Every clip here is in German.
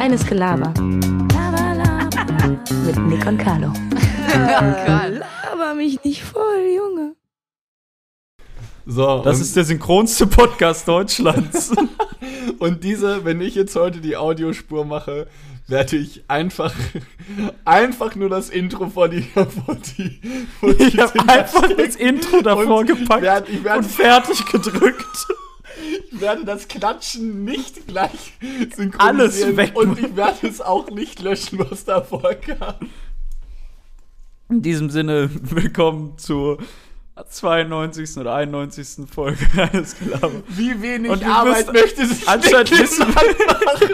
Reines Gelaber. Laber, laber. Mit Nick und Carlo. Laber mich nicht voll, Junge. So, das ist der synchronste Podcast Deutschlands. Und wenn ich jetzt heute die Audiospur mache, werde ich einfach nur das Intro vor die ich habe einfach das Intro davor gepackt und fertig gedrückt. Ich werde das Klatschen nicht gleich synchronisieren. Alles weg. Und ich werde es auch nicht löschen, was davor kam. In diesem Sinne, willkommen zur 92. oder 91. Folge Reines Gelaber. Wie wenig Arbeit möchte sich anscheinend wissen machen?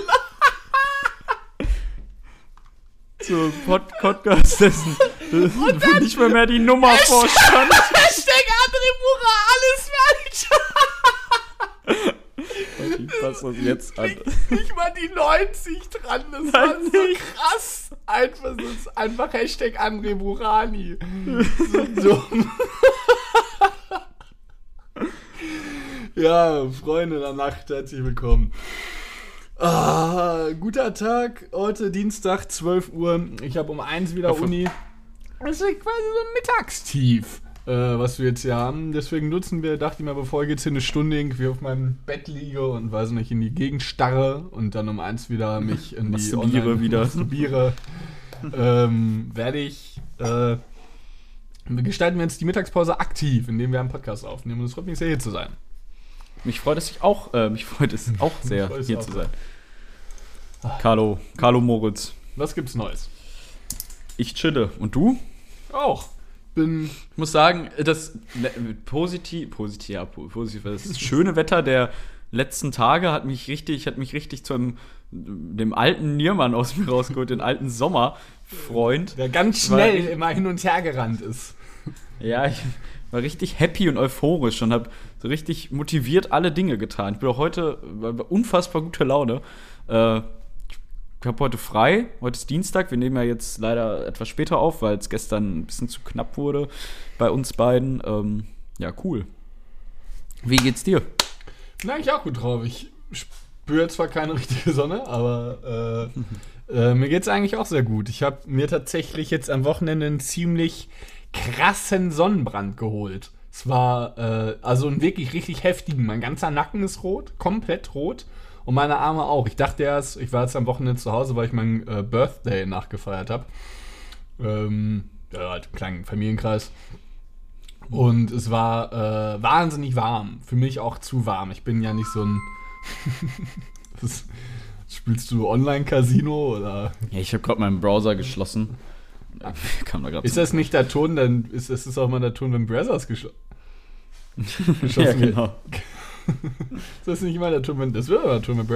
So, Podcast dessen, wo nicht mehr die Nummer vorstand. Hashtag André Mura, alles falsch. Ich fasse das jetzt an. Nicht mal die 90 dran, das war so krass. Einfach Hashtag André Murani. So. Ja, Freunde der Nacht, herzlich willkommen. Guter Tag, heute Dienstag, 12 Uhr. Ich habe um 1 wieder Uni. Das ist quasi so ein Mittagstief, was wir jetzt hier haben. Deswegen dachte ich mal, bevor ich jetzt hier eine Stunde irgendwie auf meinem Bett liege und weiß nicht, in die Gegend starre und dann um 1 wieder mich in die masturbiere, gestalten wir jetzt die Mittagspause aktiv, indem wir einen Podcast aufnehmen. Und es freut mich sehr, hier zu sein. Mich freut es auch sehr, hier zu sein. Carlo Moritz. Was gibt's Neues? Ich chille. Und du? Auch. Ich muss sagen, das schöne Wetter der letzten Tage hat mich richtig zu dem alten Niermann aus mir rausgeholt, den alten Sommerfreund. Der ganz schnell immer hin und her gerannt ist. Ja, ich war richtig happy und euphorisch und habe so richtig motiviert alle Dinge getan. Ich bin auch heute bei unfassbar guter Laune. Ich habe heute frei. Heute ist Dienstag. Wir nehmen ja jetzt leider etwas später auf, weil es gestern ein bisschen zu knapp wurde bei uns beiden. Ja, cool. Wie geht's dir? Na, ich auch gut drauf. Ich spüre zwar keine richtige Sonne, aber mir geht's eigentlich auch sehr gut. Ich habe mir tatsächlich jetzt am Wochenende einen ziemlich krassen Sonnenbrand geholt. Es war also einen wirklich richtig heftigen. Mein ganzer Nacken ist rot, komplett rot. Und meine Arme auch. Ich war jetzt am Wochenende zu Hause, weil ich meinen Birthday nachgefeiert habe. Halt im kleinen Familienkreis. Und es war wahnsinnig warm. Für mich auch zu warm. Ich bin ja nicht so ein... Spielst du Online-Casino oder? Ja, ich habe gerade meinen Browser geschlossen. Ist das nicht der Ton, dann ist das auch mal der Ton, wenn Brothers geschossen ja, genau. Ist das nicht immer der Ton, das wird aber der Ton,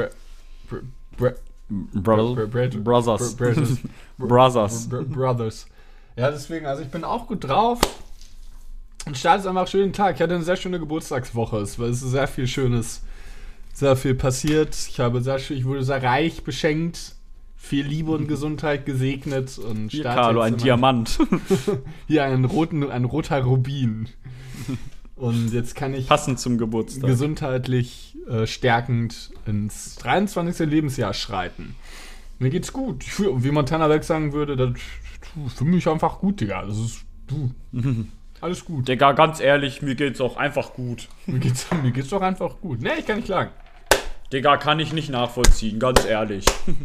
Brothers. Ja, deswegen, also ich bin auch gut drauf und starte einfach schön den Tag. Ich hatte eine sehr schöne Geburtstagswoche. Es ist sehr viel Schönes, sehr viel passiert. Ich wurde sehr reich beschenkt. Viel Liebe und Gesundheit gesegnet. Und hier, Carlo, ein Diamant. Hier ein roter Rubin. Und jetzt kann ich passend zum Geburtstag gesundheitlich stärkend ins 23. Lebensjahr schreiten. Mir geht's gut. Wie Montana Black sagen würde, das fühle mich einfach gut, Digga. Das ist alles gut. Digga, ganz ehrlich, mir geht's auch einfach gut. Mir geht's doch einfach gut. Nee, ich kann nicht klagen. Digga, kann ich nicht nachvollziehen, ganz ehrlich.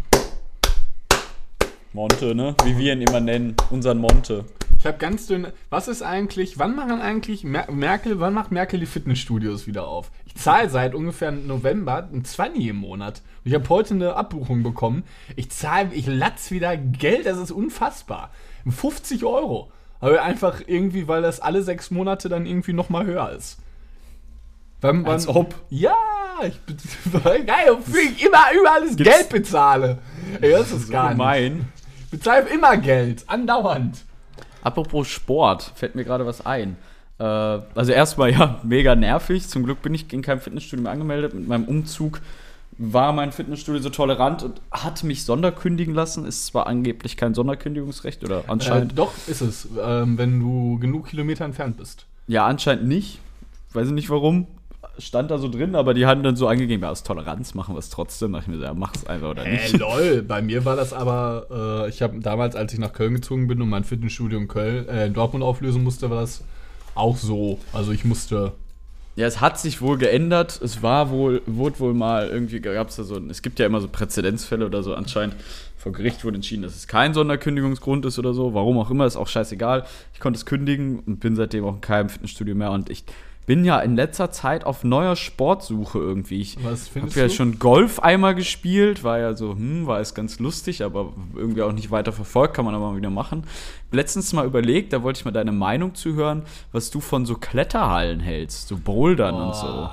Monte, ne? Wie wir ihn immer nennen, unseren Monte. Ich habe ganz dünn. Was ist eigentlich, wann macht Merkel die Fitnessstudios wieder auf? Ich zahle seit ungefähr November ein 20 im Monat. Und ich habe heute eine Abbuchung bekommen. Ich latz wieder Geld, das ist unfassbar. 50 €. Aber einfach irgendwie, weil das alle 6 Monate dann irgendwie nochmal höher ist. Als ob? Ja, ich bin geil, ich immer überall das Geld bezahle. Ey, das ist gar gemein. Nicht. Ich bezahle immer Geld, andauernd. Apropos Sport, fällt mir gerade was ein. Also erstmal, ja, mega nervig. Zum Glück bin ich in keinem Fitnessstudio mehr angemeldet. Mit meinem Umzug war mein Fitnessstudio so tolerant und hat mich sonderkündigen lassen. Ist zwar angeblich kein Sonderkündigungsrecht oder anscheinend. Doch, ist es, wenn du genug Kilometer entfernt bist. Ja, anscheinend nicht. Weiß ich nicht warum. stand da so drin, aber die haben dann so angegeben, ja, aus Toleranz machen wir es trotzdem. Da dachte ich mir so, ja, mach es einfach oder nicht. Lol, bei mir war das aber, ich habe damals, als ich nach Köln gezogen bin und mein Fitnessstudio in Dortmund auflösen musste, war das auch so. Also ich musste... Ja, es hat sich wohl geändert. Es wurde wohl mal irgendwie, gab es da so, es gibt ja immer so Präzedenzfälle oder so, anscheinend vor Gericht wurde entschieden, dass es kein Sonderkündigungsgrund ist oder so. Warum auch immer, ist auch scheißegal. Ich konnte es kündigen und bin seitdem auch in keinem Fitnessstudio mehr. Und ich bin ja in letzter Zeit auf neuer Sportsuche irgendwie. Ich habe ja schon Golf einmal gespielt, war ja so, war es ganz lustig, aber irgendwie auch nicht weiter verfolgt, kann man aber mal wieder machen. Letztens mal überlegt, da wollte ich mal deine Meinung zu hören, was du von so Kletterhallen hältst, so Bouldern und so.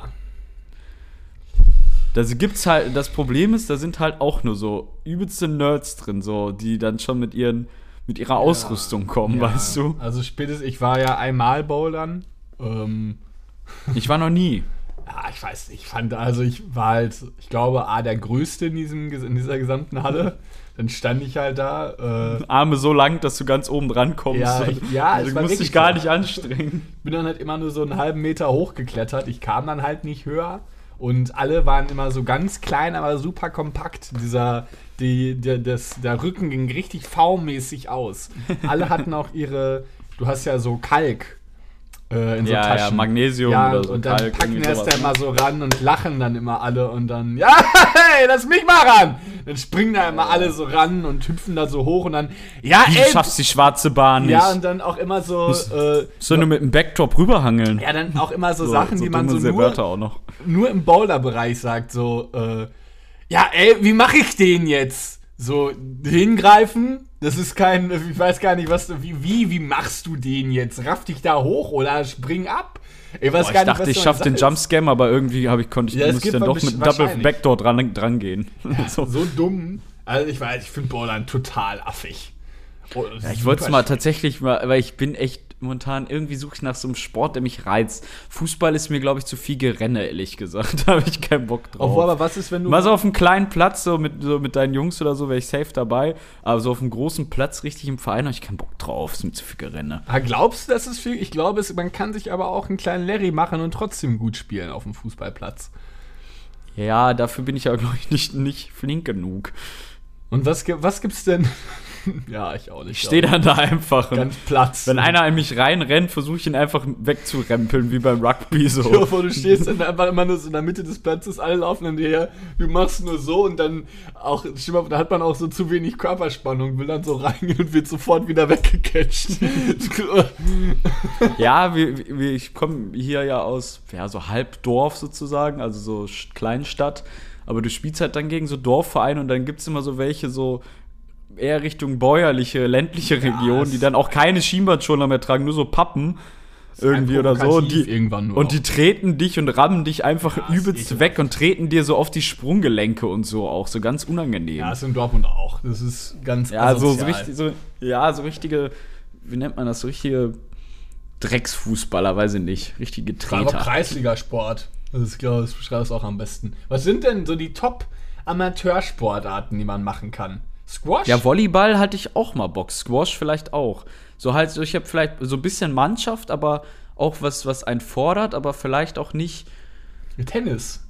Da gibt's halt, das Problem ist, da sind halt auch nur so übelste Nerds drin, so, die dann schon mit ihrer Ausrüstung kommen, weißt du? Also spätestens, ich war ja einmal Bouldern. Ich war noch nie. Ja, ich weiß nicht. Ich war halt, ich glaube, der Größte in dieser gesamten Halle. Dann stand ich halt da. Arme so lang, dass du ganz oben dran kommst. Du musst dich gar nicht anstrengen. Bin dann halt immer nur so einen halben Meter hochgeklettert. Ich kam dann halt nicht höher. Und alle waren immer so ganz klein, aber super kompakt. Der Rücken ging richtig V-mäßig aus. Alle hatten auch du hast ja so Kalk. In so Taschen. Ja, Magnesium oder so. Und dann Kalk, packen erst da immer so ran und lachen dann immer alle und dann, ja, hey, lass mich mal ran! Dann springen da immer alle so ran und hüpfen da so hoch und dann, ja, ey! Du schaffst die schwarze Bahn nicht. Ja, und dann auch immer so, soll nur mit dem Backdrop rüberhangeln. Ja, dann auch immer so Sachen, die man so nur im Boulder-Bereich sagt, so, ja, ey, wie mache ich den jetzt? So, hingreifen, das ist ich weiß gar nicht, wie machst du den jetzt? Raff dich da hoch oder spring ab? Ich dachte, ich schaff den Jumpscam, aber irgendwie musste ich dann doch mit Double Backdoor dran gehen. Ja, so dumm. Also ich finde Bouldern total affig. Ich wollte es mal tatsächlich weil ich bin echt momentan, irgendwie suche ich nach so einem Sport, der mich reizt. Fußball ist mir, glaube ich, zu viel Gerenne, ehrlich gesagt. Da habe ich keinen Bock drauf. Aber was ist, wenn du... Mal so auf einem kleinen Platz, so mit deinen Jungs oder so, wäre ich safe dabei. Aber so auf einem großen Platz, richtig im Verein, habe ich keinen Bock drauf. Ist mir zu viel Gerenne. Glaubst du, das ist viel? Ich glaube, man kann sich aber auch einen kleinen Larry machen und trotzdem gut spielen auf dem Fußballplatz. Ja, dafür bin ich ja, glaube ich, nicht flink genug. Und was gibt's denn... Ja, ich auch nicht. Ich stehe dann da einfach. Ganz Platz. Wenn einer in mich reinrennt, versuche ich ihn einfach wegzurempeln, wie beim Rugby so. Du stehst dann einfach immer nur so in der Mitte des Platzes, alle laufen an dir her, du machst nur so und dann auch, da hat man auch so zu wenig Körperspannung, will dann so reingehen und wird sofort wieder weggecatcht. Ja, ich komme hier ja aus, so Halbdorf sozusagen, also so Kleinstadt, aber du spielst halt dann gegen so Dorfvereine und dann gibt's immer so welche so eher Richtung bäuerliche, ländliche Region, die dann auch keine Schienbeinschoner mehr tragen, nur so Pappen irgendwie oder so. Und die treten dich und rammen dich einfach übelst weg und treten dir so auf die Sprunggelenke und so auch, so ganz unangenehm. Ja, das ist in Dortmund auch. Das ist ganz asozial. So richtige, wie nennt man das, so richtige Drecksfußballer, weiß ich nicht, richtige Treter. Aber Kreisligasport, das beschreibt es auch am besten. Was sind denn so die Top-Amateursportarten, die man machen kann? Squash? Ja, Volleyball hatte ich auch mal Bock. Squash vielleicht auch. So halt, ich habe vielleicht so ein bisschen Mannschaft, aber auch was einen fordert, aber vielleicht auch nicht. Tennis.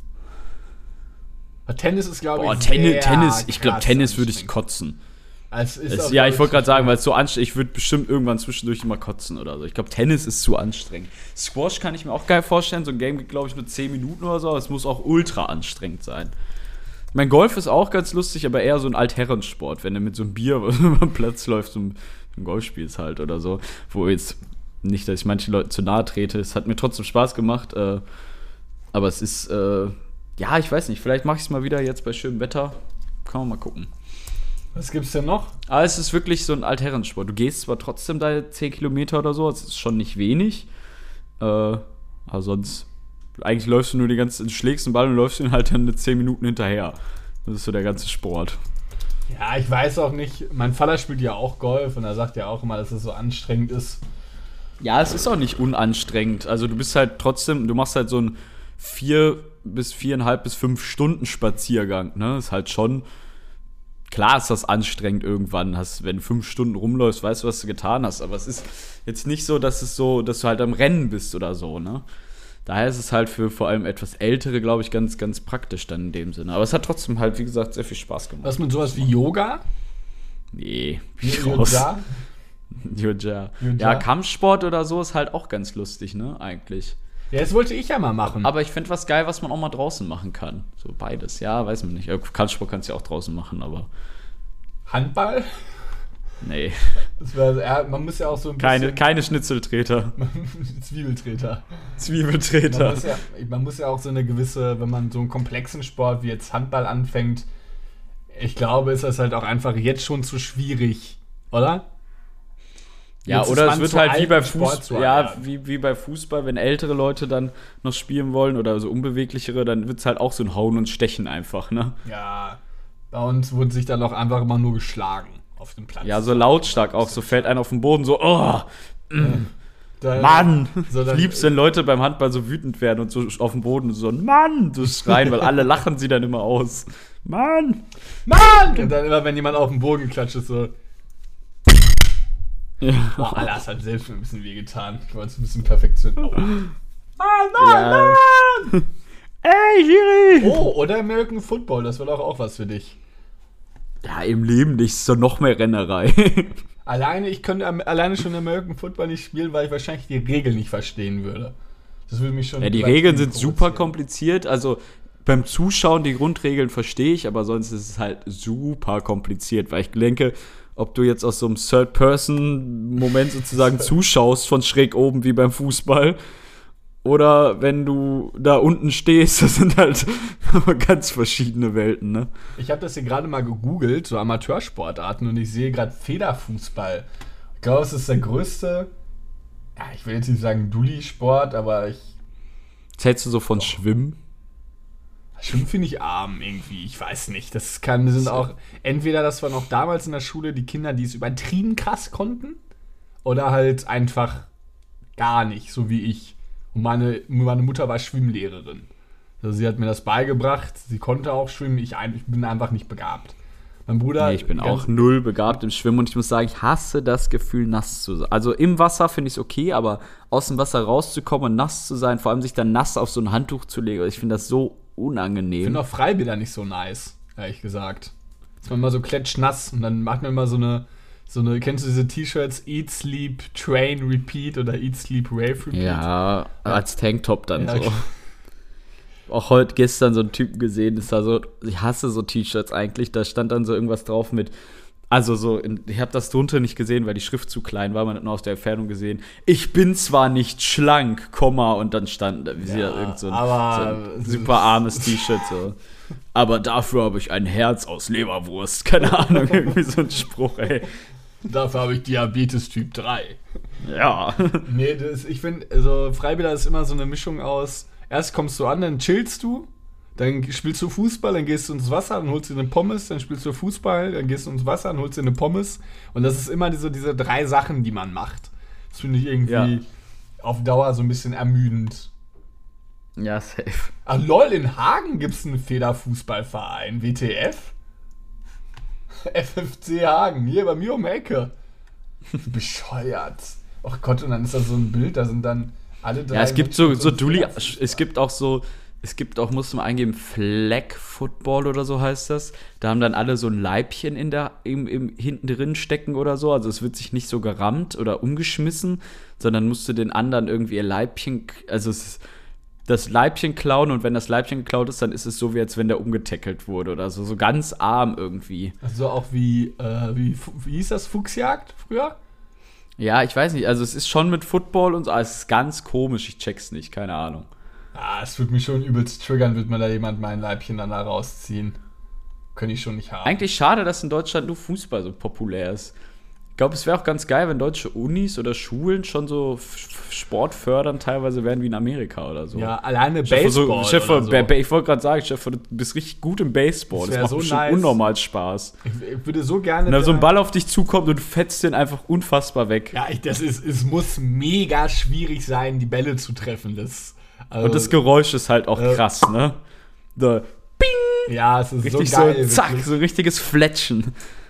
Tennis ist, glaube ich, Tennis. Ich glaube, Tennis würde ich kotzen. Ich wollte gerade sagen, weil es so anstrengend ist. Ich würde bestimmt irgendwann zwischendurch immer kotzen oder so. Ich glaube, Tennis ist zu anstrengend. Squash kann ich mir auch geil vorstellen. So ein Game geht, glaube ich, nur 10 Minuten oder so. Aber es muss auch ultra anstrengend sein. Mein Golf ist auch ganz lustig, aber eher so ein Altherrensport, wenn du mit so einem Bier über den Platz läufst und ein Golf spielst halt oder so. Wo jetzt nicht, dass ich manchen Leuten zu nahe trete. Es hat mir trotzdem Spaß gemacht. Aber es ist, ich weiß nicht, vielleicht mache ich es mal wieder jetzt bei schönem Wetter. Kann man mal gucken. Was gibt's denn noch? Aber es ist wirklich so ein Altherrensport. Du gehst zwar trotzdem da 10 Kilometer oder so, es ist schon nicht wenig. Aber sonst... Eigentlich läufst du nur schlägst den Ball und läufst ihn halt dann 10 Minuten hinterher. Das ist so der ganze Sport. Ja, ich weiß auch nicht. Mein Vater spielt ja auch Golf und er sagt ja auch immer, dass es so anstrengend ist. Ja, es ist auch nicht unanstrengend. Also du bist halt trotzdem, du machst halt so einen 4 bis 4,5 bis 5 Stunden Spaziergang. Ne? Ist halt schon, klar ist das anstrengend irgendwann. Wenn du 5 Stunden rumläufst, weißt du, was du getan hast. Aber es ist jetzt nicht so, dass du halt am Rennen bist oder so, ne? daher ist es halt für vor allem etwas Ältere, glaube ich, ganz, ganz praktisch dann in dem Sinne. Aber es hat trotzdem halt, wie gesagt, sehr viel Spaß gemacht. Was mit sowas wie Yoga? Nee, Yoga. Ja, Kampfsport oder so ist halt auch ganz lustig, ne, eigentlich. Ja, das wollte ich ja mal machen. Aber ich finde was geil, was man auch mal draußen machen kann. So beides, ja, weiß man nicht. Kampfsport kannst du ja auch draußen machen, aber Handball? nee. Man muss ja auch so ein bisschen... Keine Schnitzeltreter. Zwiebeltreter. Man muss ja auch so eine gewisse, wenn man so einen komplexen Sport wie jetzt Handball anfängt, ich glaube, ist das halt auch einfach jetzt schon zu schwierig, oder? Ja, jetzt oder es wird halt wie bei Fußball, wie bei Fußball, wenn ältere Leute dann noch spielen wollen oder so unbeweglichere, dann wird es halt auch so ein Hauen und Stechen einfach, ne? Ja, bei uns wurde sich dann auch einfach immer nur geschlagen auf dem Platz. Ja, so lautstark auch, so fällt einer auf den Boden, so, Da, Mann! So, ich lieb's, wenn Leute beim Handball so wütend werden und so auf dem Boden so, Mann! So schreien, weil alle lachen sie dann immer aus. Mann! Mann! Und dann immer, wenn jemand auf den Boden klatscht, ist so... Ja. Boah, Alter, das hat selbst ein bisschen wehgetan. Ich wollte es ein bisschen perfektionieren. Oh. Ja. Mann! Ey, Schiri! Oh, oder American Football, das wäre doch auch was für dich. Ja, im Leben nicht, ist doch noch mehr Rennerei. Ich könnte alleine schon American Football nicht spielen, weil ich wahrscheinlich die Regeln nicht verstehen würde. Das würde mich schon... Ja, die Regeln sind super kompliziert, also beim Zuschauen die Grundregeln verstehe ich, aber sonst ist es halt super kompliziert, weil ich denke, ob du jetzt aus so einem Third-Person-Moment sozusagen zuschaust von schräg oben wie beim Fußball oder wenn du da unten stehst, das sind halt ganz verschiedene Welten, ne? Ich habe das hier gerade mal gegoogelt, so Amateursportarten, und ich sehe gerade Federfußball. Ich glaube, es ist der größte, ja, ich will jetzt nicht sagen Dulli-Sport, aber Zählst du so von Schwimmen? Schwimmen finde ich arm irgendwie, ich weiß nicht. Sind auch, entweder das waren auch damals in der Schule die Kinder, die es übertrieben krass konnten, oder halt einfach gar nicht, so wie ich. Und meine Mutter war Schwimmlehrerin. Also sie hat mir das beigebracht, sie konnte auch schwimmen, ich bin einfach nicht begabt. Mein Bruder... Nee, ich bin auch null begabt im Schwimmen und ich muss sagen, ich hasse das Gefühl, nass zu sein. Also im Wasser finde ich es okay, aber aus dem Wasser rauszukommen und nass zu sein, vor allem sich dann nass auf so ein Handtuch zu legen, ich finde das so unangenehm. Ich finde auch Freibäder nicht so nice, ehrlich gesagt. Ist man immer so klatschnass und dann macht man immer so eine, kennst du diese T-Shirts, Eat, Sleep, Train, Repeat oder Eat, Sleep, Rave, Repeat? Ja, als Tanktop dann ja, so. Auch gestern so einen Typen gesehen, das war so, ich hasse so T-Shirts eigentlich, da stand dann so irgendwas drauf mit, also so, ich habe das drunter nicht gesehen, weil die Schrift zu klein war, man hat nur aus der Entfernung gesehen, ich bin zwar nicht schlank, Komma, und dann stand da irgend so ein super armes T-Shirt so. Aber dafür habe ich ein Herz aus Leberwurst, keine Ahnung, irgendwie so ein Spruch, ey. Dafür habe ich Diabetes Typ 3. Ja. Nee, ich finde, also Freibäder ist immer so eine Mischung aus, erst kommst du an, dann chillst du, dann spielst du Fußball, dann gehst du ins Wasser, dann holst du eine Pommes, dann spielst du Fußball, dann gehst du ins Wasser, dann holst du eine Pommes. Und das ist immer diese 3 Sachen, die man macht. Das finde ich irgendwie auf Dauer so ein bisschen ermüdend. Ja, safe. Ah, lol, in Hagen gibt es einen Federfußballverein, WTF? FFC Hagen, hier bei mir um die Ecke. Bescheuert. Ach Gott, und dann ist da so ein Bild, da sind dann alle 3... Ja, es gibt so Dulli, es gibt auch, musst du mal eingeben, Flag Football oder so heißt das. Da haben dann alle so ein Leibchen hinten drin stecken oder so. Also es wird sich nicht so gerammt oder umgeschmissen, sondern musst du den anderen irgendwie ihr Leibchen, also es ist das Leibchen klauen, und wenn das Leibchen geklaut ist, dann ist es so, wie als wenn der umgetackelt wurde oder so. So ganz arm irgendwie. Also auch wie hieß das, Fuchsjagd früher? Ja, ich weiß nicht. Also es ist schon mit Football und so, aber es ist ganz komisch. Ich check's nicht, keine Ahnung. Ah, es würde mich schon übelst triggern, wird mir da jemand mein Leibchen dann da rausziehen. Könnte ich schon nicht haben. Eigentlich schade, dass in Deutschland nur Fußball so populär ist. Ich glaube, es wäre auch ganz geil, wenn deutsche Unis oder Schulen schon so Sport fördern, teilweise werden wie in Amerika oder so. Ja, alleine Baseball. Ich wollte gerade sagen, Stefan, du bist richtig gut im Baseball. Das macht so schon nice. Unnormal Spaß. Ich würde so gerne... Wenn da so ein Ball auf dich zukommt und du fetzt den einfach unfassbar weg. Ja, es muss mega schwierig sein, die Bälle zu treffen. Und das Geräusch ist halt auch krass, ne? Bing! Ja, es ist richtig so geil. So, zack, wirklich. So ein richtiges Fletschen.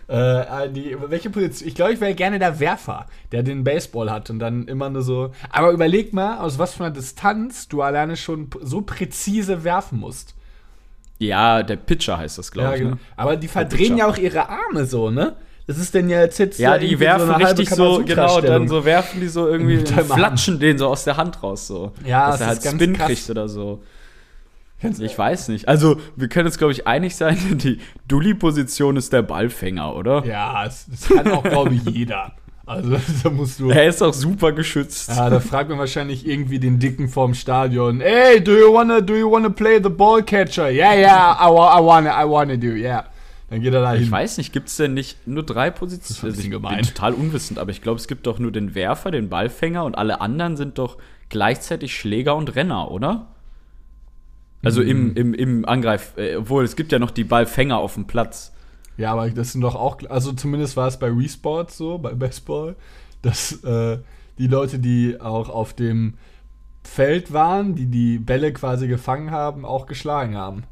Welche Position? Ich glaube, ich wäre gerne der Werfer, der den Baseball hat und dann immer nur so. Aber überleg mal, aus was für einer Distanz du alleine schon so präzise werfen musst. Ja, der Pitcher heißt das, glaube ich. Genau. Ne? Aber die verdrehen ja auch ihre Arme so, ne? Das ist denn ja jetzt ja, die werfen so richtig so, genau, dann so werfen die so irgendwie, flatschen den so aus der Hand raus, so. Ja, dass er halt Spin kriegt oder so. Ich weiß nicht. Also, wir können uns, glaube ich, einig sein, die Dulli-Position ist der Ballfänger, oder? Ja, das kann auch, glaube ich, jeder. Also, da musst du. Er ist auch super geschützt. Ja, da fragt man wahrscheinlich irgendwie den Dicken vorm Stadion. Hey, do you wanna play the ball catcher? Yeah, I wanna do, yeah. Dann geht er da hin. Ich weiß nicht, gibt es denn nicht nur 3 Positionen? Ich bin total unwissend, aber ich glaube, es gibt doch nur den Werfer, den Ballfänger und alle anderen sind doch gleichzeitig Schläger und Renner, oder? Also im Angreif, obwohl es gibt ja noch die Ballfänger auf dem Platz. Ja, aber das sind doch auch, also zumindest war es bei Wii Sports so, bei Baseball, dass die Leute, die auch auf dem Feld waren, die Bälle quasi gefangen haben, auch geschlagen haben.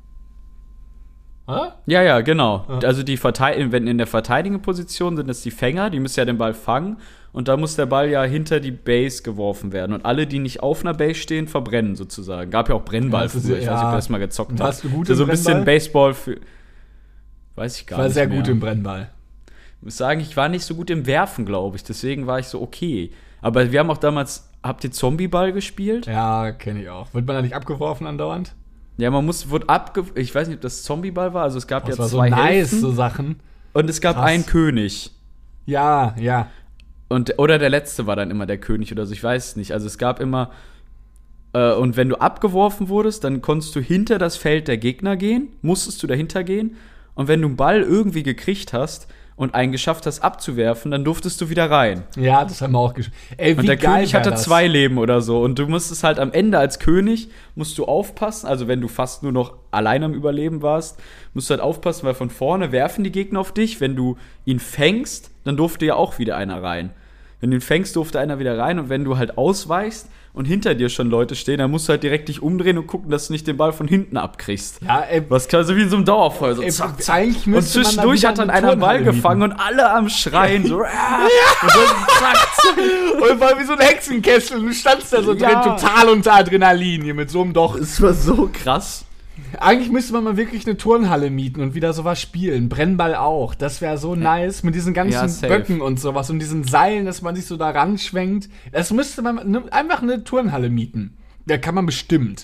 Ja, genau. Ja. Also wenn in der verteidigenden Position sind es die Fänger, die müssen ja den Ball fangen und da muss der Ball ja hinter die Base geworfen werden und alle, die nicht auf einer Base stehen, verbrennen sozusagen. Gab ja auch Brennball früher, ich weiß nicht, ob du das mal gezockt hast. Warst du gut im Brennball? So ein bisschen Baseball für, weiß ich gar nicht. Ich war sehr gut im Brennball. Ich muss sagen, ich war nicht so gut im Werfen, glaube ich, deswegen war ich so okay. Aber wir haben auch damals, habt ihr Zombieball gespielt? Ja, kenne ich auch. Wird man da nicht abgeworfen andauernd? Ja, ich weiß nicht, ob das Zombieball war, also es gab ja war 2 so nice, Hälften. So Sachen. Und es gab einen König. Ja. Oder der letzte war dann immer der König oder so, ich weiß es nicht. Also es gab immer, und wenn du abgeworfen wurdest, dann konntest du hinter das Feld der Gegner gehen, musstest du dahinter gehen. Und wenn du einen Ball irgendwie gekriegt hast und einen geschafft hast abzuwerfen, dann durftest du wieder rein. Ja, das haben wir auch gespielt. Und der König hatte 2 Leben oder so. Und du musstest halt am Ende als König, musst du aufpassen, also wenn du fast nur noch allein am Überleben warst, musst du halt aufpassen, weil von vorne werfen die Gegner auf dich. Wenn du ihn fängst, dann durfte ja auch wieder einer rein. Wenn du ihn fängst, durfte einer wieder rein. Und wenn du halt ausweichst und hinter dir schon Leute stehen, dann musst du halt direkt dich umdrehen und gucken, dass du nicht den Ball von hinten abkriegst. Ja, was kann so wie in so einem Dauerfeuer, so zack, zack. Und zwischendurch hat dann einer einen Ball gefangen und alle am Schreien, so, ja. Und so zack, zack. Und war wie so ein Hexenkessel und du standst da so drin, total unter Adrenalin, hier mit so einem Doch. Es war so krass. Eigentlich müsste man mal wirklich eine Turnhalle mieten und wieder sowas spielen. Brennball auch. Das wäre so nice mit diesen ganzen Böcken und sowas und diesen Seilen, dass man sich so da ranschwenkt. Das müsste man einfach eine Turnhalle mieten. Da kann man bestimmt.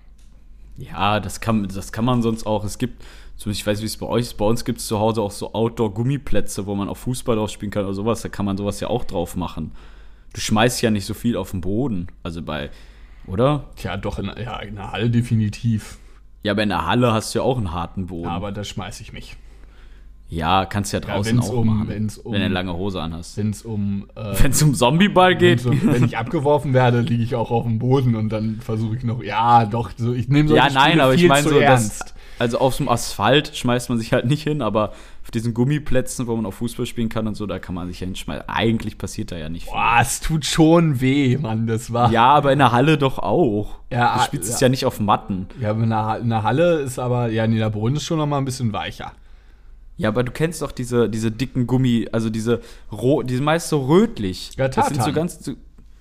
Ja, das kann man sonst auch. Es gibt, ich weiß nicht, wie es bei euch ist, bei uns gibt es zu Hause auch so Outdoor-Gummiplätze, wo man auch Fußball drauf spielen kann oder sowas. Da kann man sowas ja auch drauf machen. Du schmeißt ja nicht so viel auf den Boden. Also oder? Tja, doch, in der Halle definitiv. Ja, aber in der Halle hast du ja auch einen harten Boden. Ja, aber da schmeiß ich mich. Ja, kannst ja draußen auch machen, wenn du eine lange Hose anhast. Wenn es um Zombieball geht. Wenn ich abgeworfen werde, liege ich auch auf dem Boden und dann versuche ich noch, ich nehme solche Spiele aber viel ich meine zu so, ernst. Also auf dem Asphalt schmeißt man sich halt nicht hin, aber auf diesen Gummiplätzen, wo man auch Fußball spielen kann und so, da kann man sich ja hinschmeißen. Eigentlich passiert da ja nicht viel. Boah, es tut schon weh, Mann, das war. Ja, aber in der Halle doch auch. Ja, du spielst es ja nicht auf Matten. Ja, aber in der Halle ist aber, der Boden ist schon noch mal ein bisschen weicher. Ja, aber du kennst doch diese dicken Gummi, also die sind meist so rötlich. Ja, Tartan. Das sind so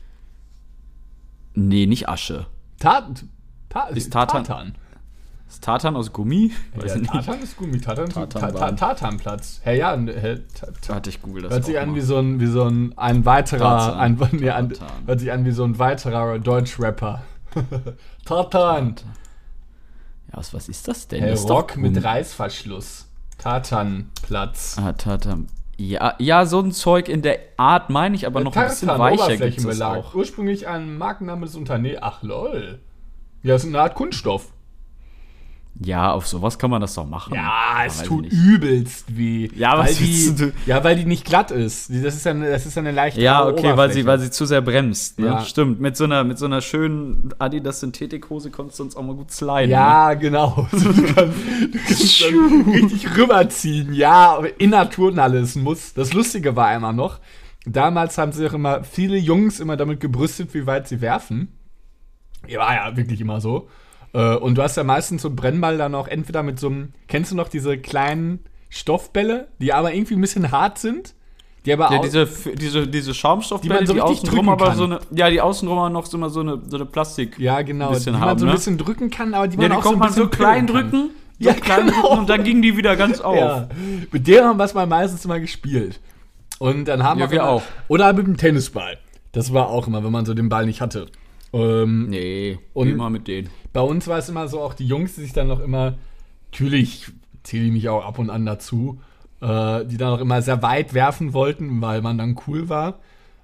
nee, nicht Asche. Ist Tartan. Ist Tartan aus Gummi? Tartan ist Gummi. Tartanplatz. Hey, ja. Warte, ich google das. Hört sich an wie so ein weiterer hört sich an wie so ein weiterer Deutschrapper. Tartan. Ja, was ist das denn? Hey, das ist Rock mit Reißverschluss. Tartanplatz. Tartan. Ja, so ein Zeug in der Art meine ich, aber noch ein bisschen weicher gibt es auch. Ursprünglich ein Markenname des Unternehmens. Ach, lol. Ja, das ist eine Art Kunststoff. Ja, auf sowas kann man das doch machen. Ja, es tut übelst weh. Ja, weil die nicht glatt ist. Das ist eine leichte Ja, okay, weil sie zu sehr bremst. Ne? Ja. Stimmt, mit so einer schönen Adidas Synthetikhose konntest du uns auch mal gut sliden. Ja, ne? Genau. Du kannst dann richtig rüberziehen. Ja, aber in der Turnhalle ist ein Muss. Das Lustige war immer noch, damals haben sich auch immer viele Jungs immer damit gebrüstet, wie weit sie werfen. Ja, war ja wirklich immer so. Und du hast ja meistens so einen Brennball dann auch entweder mit so einem, kennst du noch diese kleinen Stoffbälle, die aber irgendwie ein bisschen hart sind. Die aber Ja, auch, diese Schaumstoffbälle, die man so die richtig außenrum drücken aber kann. die außenrum noch so eine Plastik. ja, genau, ein bisschen die man haben, so ein ne? bisschen drücken kann, aber die Ja, man die auch so konnte ein man so bisschen klein pillen kann. drücken. Ja, klein genau. drücken und dann gingen die wieder ganz auf. Ja, mit der haben wir es mal meistens immer gespielt. Und dann haben Ja, wir wir auch. Oder mit dem Tennisball. Das war auch immer, wenn man so den Ball nicht hatte. Nee, Und- immer mit denen. Bei uns war es immer so, auch die Jungs, die sich dann noch immer, natürlich zähle ich mich auch ab und an dazu, die dann auch immer sehr weit werfen wollten, weil man dann cool war.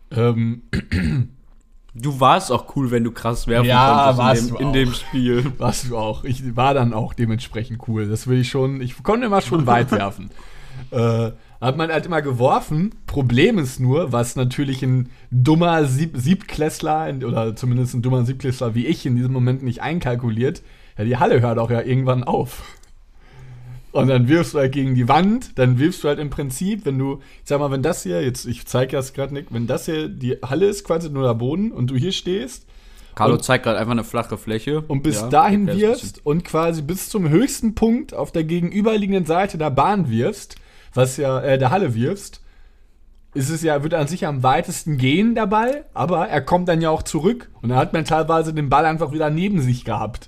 Du warst auch cool, wenn du krass werfen Ja, warst konntest du in auch. dem Spiel. Was du auch. Ich war dann auch dementsprechend cool. Das will ich schon. Ich konnte immer schon weit werfen. Hat man halt immer geworfen. Problem ist nur, was natürlich ein dummer Siebtklässler oder zumindest ein dummer Siebtklässler wie ich in diesem Moment nicht einkalkuliert. Ja, die Halle hört auch ja irgendwann auf. Und dann wirfst du halt gegen die Wand, dann wirfst du halt im Prinzip, wenn du, ich sag mal, wenn das hier, jetzt, ich zeige das gerade nicht, wenn das hier die Halle ist, quasi nur der Boden und du hier stehst Carlo Und- zeigt gerade einfach eine flache Fläche. und bis Ja, dahin erklär's ein wirfst und quasi bis zum höchsten Punkt auf der gegenüberliegenden Seite der Bahn wirfst, was ja, der Halle wirfst, ist es ja, wird an sich am weitesten gehen, der Ball, aber er kommt dann ja auch zurück und dann hat man teilweise den Ball einfach wieder neben sich gehabt.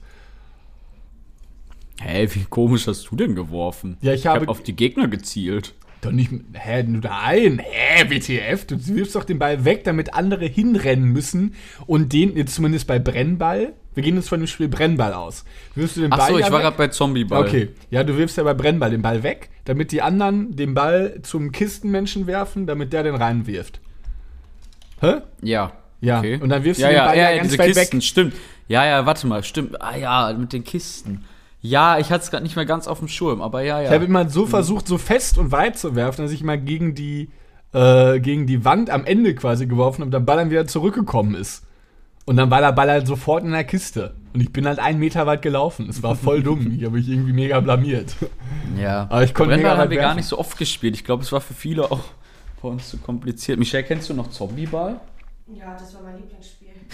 Hä, wie komisch hast du denn geworfen? Ja, ich habe- hab auf die Gegner gezielt. Doch nicht, nein, WTF, du wirfst doch den Ball weg, damit andere hinrennen müssen und den, jetzt zumindest bei Brennball, wir gehen jetzt von dem Spiel Brennball aus, wirfst du den Ball Achso, ja ich war weg? gerade bei Zombieball. Okay, ja, du wirfst ja bei Brennball den Ball weg, damit die anderen den Ball zum Kistenmenschen werfen, damit der den reinwirft. Hä? Ja. Ja, Okay. und dann wirfst du ja, den ja, Ball ja, ja ganz diese weit Kisten, weg. stimmt. Ja, warte mal, stimmt. Ah ja, mit den Kisten. Ja, ich hatte es gerade nicht mehr ganz auf dem Schirm, aber ja. Ich habe immer so versucht, so fest und weit zu werfen, dass ich mal gegen die Wand am Ende quasi geworfen habe und der Ball dann wieder zurückgekommen ist. Und dann war der Ball halt sofort in der Kiste. Und ich bin halt 1 Meter weit gelaufen. Es war voll dumm. Ich habe mich irgendwie mega blamiert. Ja. Aber ich konnte Brennball mega haben wir weit gar werfen. nicht so oft gespielt. Ich glaube, es war für viele auch bei uns zu kompliziert. Michelle, kennst du noch Zombieball? Ja, das war mein Lieblingsspiel.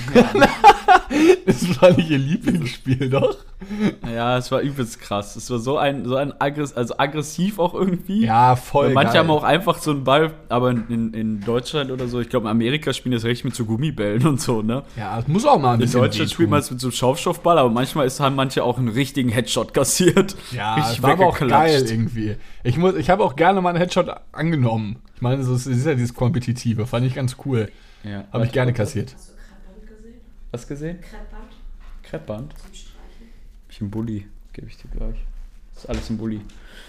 Das war nicht ihr Lieblingsspiel, doch? Ja, es war übelst krass. Es war so ein aggressiv auch irgendwie. Ja, voll Weil manche geil. haben auch einfach so einen Ball, aber in Deutschland oder so, ich glaube in Amerika spielen das recht mit so Gummibällen und so, ne? Ja, es muss auch mal ein In bisschen Deutschland spielt man es mit so einem Schaumstoffball, aber manchmal haben manche auch einen richtigen Headshot kassiert. Ja, Richtig es war aber auch weggeklatscht. geil irgendwie. Ich habe auch gerne mal einen Headshot angenommen. Ich meine, es ist ja dieses Kompetitive. Fand ich ganz cool. Ja. Habe ich gerne kassiert. Hast du Kreppband gesehen? Was gesehen? Kreppband Kreppband. zum Streichen. Hab ich einen Bulli, gebe ich dir gleich. Das ist alles ein Bulli.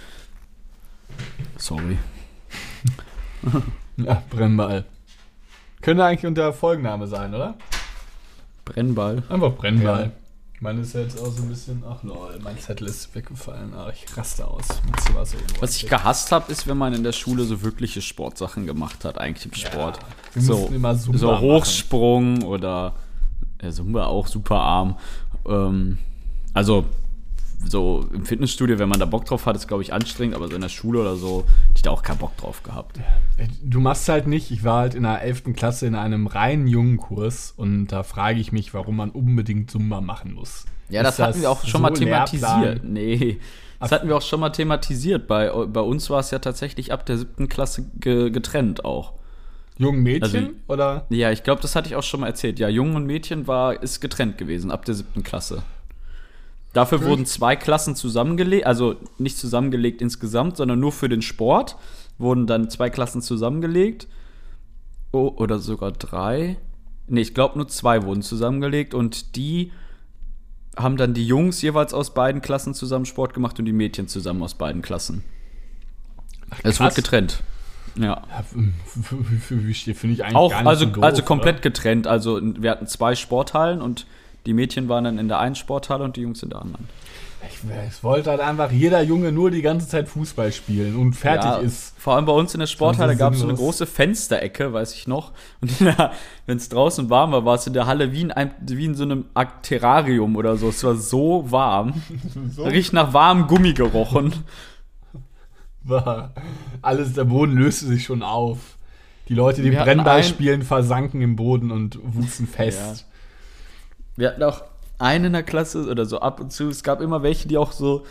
Sorry. Ja, Brennball. Könnte eigentlich unter Folgenname sein, oder? Brennball. Einfach Brennball. Ja. Ich meine, ist ja jetzt auch so ein bisschen. Ach lol, mein Zettel ist weggefallen. Ach, ich raste aus. Mit Wasser irgendwo. Was ich gehasst habe, ist, wenn man in der Schule so wirkliche Sportsachen gemacht hat, eigentlich im Sport. wir mussten immer Zumba so machen. Hochsprung oder Zumba auch super arm. Also so im Fitnessstudio, wenn man da Bock drauf hat, ist glaube ich anstrengend, aber so in der Schule oder so, hätte ich da auch keinen Bock drauf gehabt. Du machst halt nicht. Ich war halt in der 11. Klasse in einem reinen Jungenkurs und da frage ich mich, warum man unbedingt Zumba machen muss. Ja, das Ist hatten wir auch schon mal so thematisiert. Lehrplan? Nee, das hatten wir auch schon mal thematisiert. Bei uns war es ja tatsächlich ab der 7. Klasse getrennt auch. Jungen Mädchen Also- oder? Ja, ich glaube, das hatte ich auch schon mal erzählt. Ja, Jungen und Mädchen ist getrennt gewesen ab der 7. Klasse. Dafür wurden 2 Klassen zusammengelegt, also nicht zusammengelegt insgesamt, sondern nur für den Sport wurden dann 2 Klassen zusammengelegt. Oh, oder sogar 3. Nee, ich glaube nur 2 wurden zusammengelegt und die haben dann die Jungs jeweils aus beiden Klassen zusammen Sport gemacht und die Mädchen zusammen aus beiden Klassen. Es wird krass. getrennt. Ja. Ja, finde ich eigentlich Auch, gar nicht also, so doof, also komplett oder? getrennt. Also wir hatten 2 Sporthallen und die Mädchen waren dann in der einen Sporthalle und die Jungs in der anderen. Ich wollte halt einfach jeder Junge nur die ganze Zeit Fußball spielen und fertig Ja, ist. vor allem bei uns in der Sporthalle so gab es so eine sinnlos. große Fensterecke, weiß ich noch. Und wenn es draußen warm war, war es in der Halle wie in so einem Terrarium oder so. Es war so warm. So Riecht nach warmem Gummi gerochen. war alles, der Boden löste sich schon auf. Die Leute, die Wir hatten Brennball ein- spielen, versanken im Boden und wuchsen fest. Wir hatten auch einen in der Klasse oder so ab und zu. Es gab immer welche, die auch so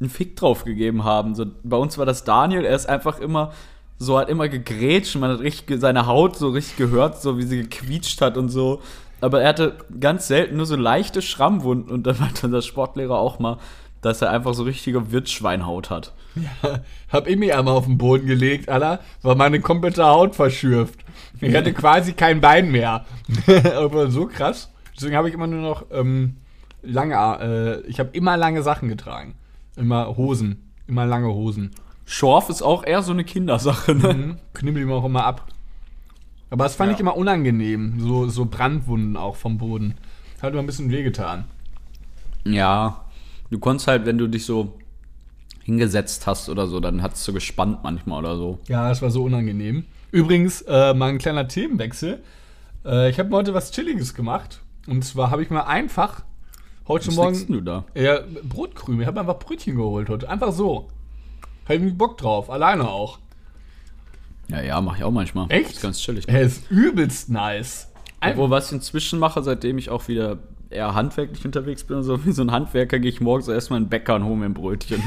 einen Fick drauf gegeben haben. So, bei uns war das Daniel, er ist einfach immer so, hat immer gegrätscht, man hat richtig seine Haut so richtig gehört, so wie sie gequietscht hat und so. Aber er hatte ganz selten nur so leichte Schrammwunden und dann meinte unser Sportlehrer auch mal, dass er einfach so richtige Wirtsschweinhaut hat. Ja, hab ich mich einmal auf den Boden gelegt, Alter, war meine komplette Haut verschürft. Ich hatte quasi kein Bein mehr. Aber so krass. Deswegen habe ich immer nur noch ich habe immer lange Sachen getragen. Immer Hosen. Immer lange Hosen. Schorf ist auch eher so eine Kindersache, ne? Knibbel ihm auch immer ab. Aber das fand ich immer unangenehm. So Brandwunden auch vom Boden. Hat immer ein bisschen wehgetan. Ja, du konntest halt, wenn du dich so hingesetzt hast oder so, dann hat's so gespannt manchmal oder so. Ja, das war so unangenehm. Übrigens, mal ein kleiner Themenwechsel. Ich habe heute was Chilliges gemacht. Und zwar habe ich mal einfach heute Was Morgen. snackst du da? Ja, Brotkrümel. Ich habe einfach Brötchen geholt heute. Einfach so. Hab ich Bock drauf. Alleine auch. Ja, mach ich auch manchmal. Echt? Das ist ganz chillig. Er ist übelst nice. Obwohl, was ich inzwischen mache, seitdem ich auch wieder eher handwerklich unterwegs bin, so wie so ein Handwerker, gehe ich morgens erstmal in den Bäcker und hole mir ein Brötchen.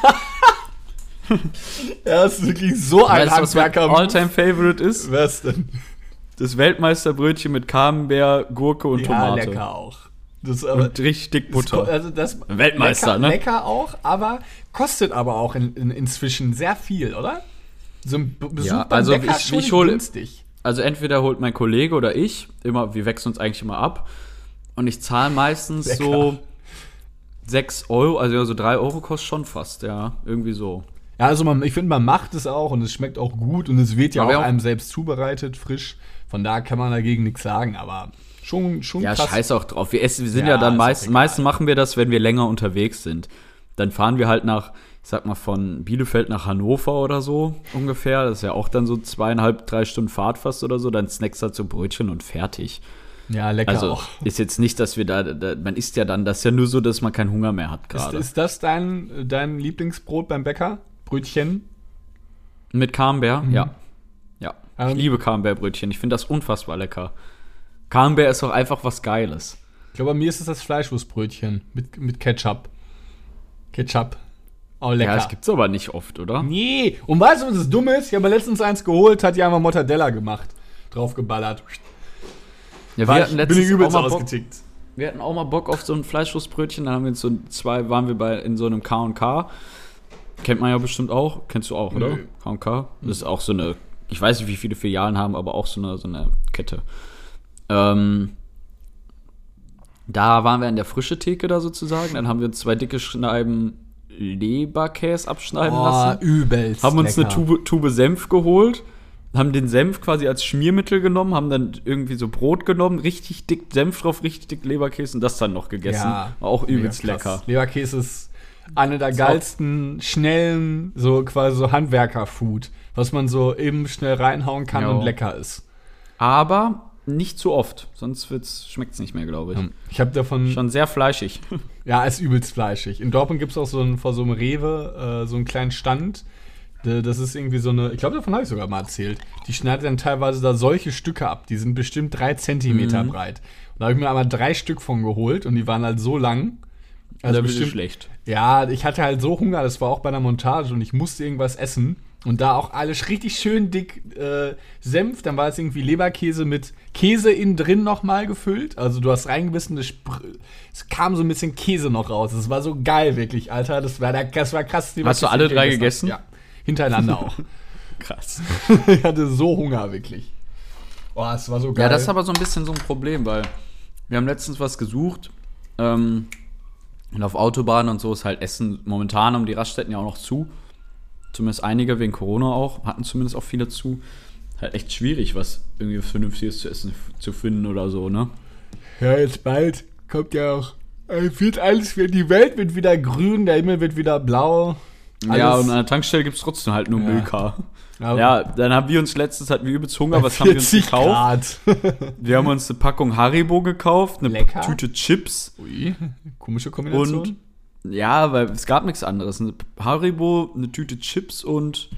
Er ist wirklich so ein Weißt du, was mein Handwerker. All-Time-Favorite ist? Was denn? Das Weltmeisterbrötchen mit Camembert, Gurke und Ja, Tomate. lecker auch. Das aber Und richtig dick Butter. das Weltmeister, lecker, ne? Lecker auch, aber kostet aber auch inzwischen sehr viel, oder? So ein Besuch Ja, beim also Bäcker ist ich schon nicht hole- günstig. Also entweder holt mein Kollege oder ich, wir wechseln uns eigentlich immer ab. Und ich zahle meistens Lecker. so 6 Euro, also so 3 Euro kostet schon fast, ja. Irgendwie so. Ja, also ich finde, man macht es auch und es schmeckt auch gut und es wird ja Aber auch auch- einem selbst zubereitet, frisch. Von da kann man dagegen nichts sagen, aber schon Ja, krass. scheiß auch drauf. Wir sind Ja, ja dann ist auch meistens egal. machen wir das, wenn wir länger unterwegs sind. Dann fahren wir halt ich sag mal, von Bielefeld nach Hannover oder so ungefähr. Das ist ja auch dann so 2,5, 3 Stunden Fahrt fast oder so. Dann snackst du halt so Brötchen und fertig. Ja, lecker Also auch. ist jetzt nicht, dass wir man isst ja dann, das ist ja nur so, dass man keinen Hunger mehr hat gerade. Ist das dein Lieblingsbrot beim Bäcker? Brötchen? Mit Camembert, ja. Ja, ich Ähm, liebe Camembert-Brötchen. Ich finde das unfassbar lecker. Camembert ist doch einfach was Geiles. Ich glaube, bei mir ist es das Fleischwurstbrötchen mit Ketchup. Ketchup. Oh, lecker. Ja, das gibt's aber nicht oft, oder? Nee. Und weißt du, was das Dumme ist? Ich habe mir letztens eins geholt, hat die einmal Mortadella gemacht. Draufgeballert. Ja, Bin ich übelst ausgetickt. Wir hatten auch mal Bock auf so ein Fleischwurstbrötchen. Dann haben wir uns waren wir in so einem K&K. Kennt man ja bestimmt auch. Kennst du auch, oder? Nö. K&K. Das ist auch so eine, ich weiß nicht, wie viele Filialen haben, aber auch so eine Kette. Da waren wir in der frische Theke da sozusagen. Dann haben wir uns 2 dicke Scheiben Leberkäse abschneiden lassen. Übelst Haben uns lecker. eine Tube Senf geholt, haben den Senf quasi als Schmiermittel genommen, haben dann irgendwie so Brot genommen, richtig dick Senf drauf, richtig dick Leberkäse und das dann noch gegessen. Ja, War auch übelst mega krass. lecker. Leberkäse ist eine der geilsten, schnellen, so quasi so Handwerker-Food, was man so eben schnell reinhauen kann Jo. und lecker ist. Aber nicht zu oft, sonst schmeckt es nicht mehr, glaube ich. Ich habe davon, Schon sehr fleischig. ja, ist übelst fleischig. In Dortmund gibt es auch vor so einem Rewe so einen kleinen Stand. Das ist irgendwie so eine, ich glaube, davon habe ich sogar mal erzählt. Die schneidet dann teilweise da solche Stücke ab, die sind bestimmt 3 Zentimeter breit. Und da habe ich mir einmal 3 Stück von geholt und die waren halt so lang. Also bestimmt schlecht. Ja, ich hatte halt so Hunger, das war auch bei der Montage und ich musste irgendwas essen. Und da auch alles richtig schön dick Senf, dann war es irgendwie Leberkäse mit Käse innen drin nochmal gefüllt. Also du hast reingebissen, es kam so ein bisschen Käse noch raus. Das war so geil, wirklich, Alter. Das war krass. Hast du alle 3 gegessen? Ja, hintereinander auch. Krass. Ich hatte so Hunger, wirklich. Boah, es war so geil. Ja, das ist aber so ein bisschen so ein Problem, weil wir haben letztens was gesucht. Und auf Autobahnen und so ist halt Essen momentan um die Raststätten ja auch noch zu. Zumindest einige wegen Corona auch, hatten zumindest auch viele zu. Halt echt schwierig, was irgendwie Vernünftiges zu essen zu finden oder so, ne? Ja, jetzt bald kommt ja auch. Die Welt wird wieder grün, der Himmel wird wieder blau. Ja, und an der Tankstelle gibt es trotzdem halt nur Ja. Milka. Aber Ja, dann haben wir uns letztens, hatten wir übelst Hunger, was haben wir uns 40 gekauft? Grad. Wir haben uns eine Packung Haribo gekauft, eine Lecker. Tüte Chips Ui, komische Kombination. und ja, weil es gab nichts anderes. Eine Haribo, eine Tüte Chips und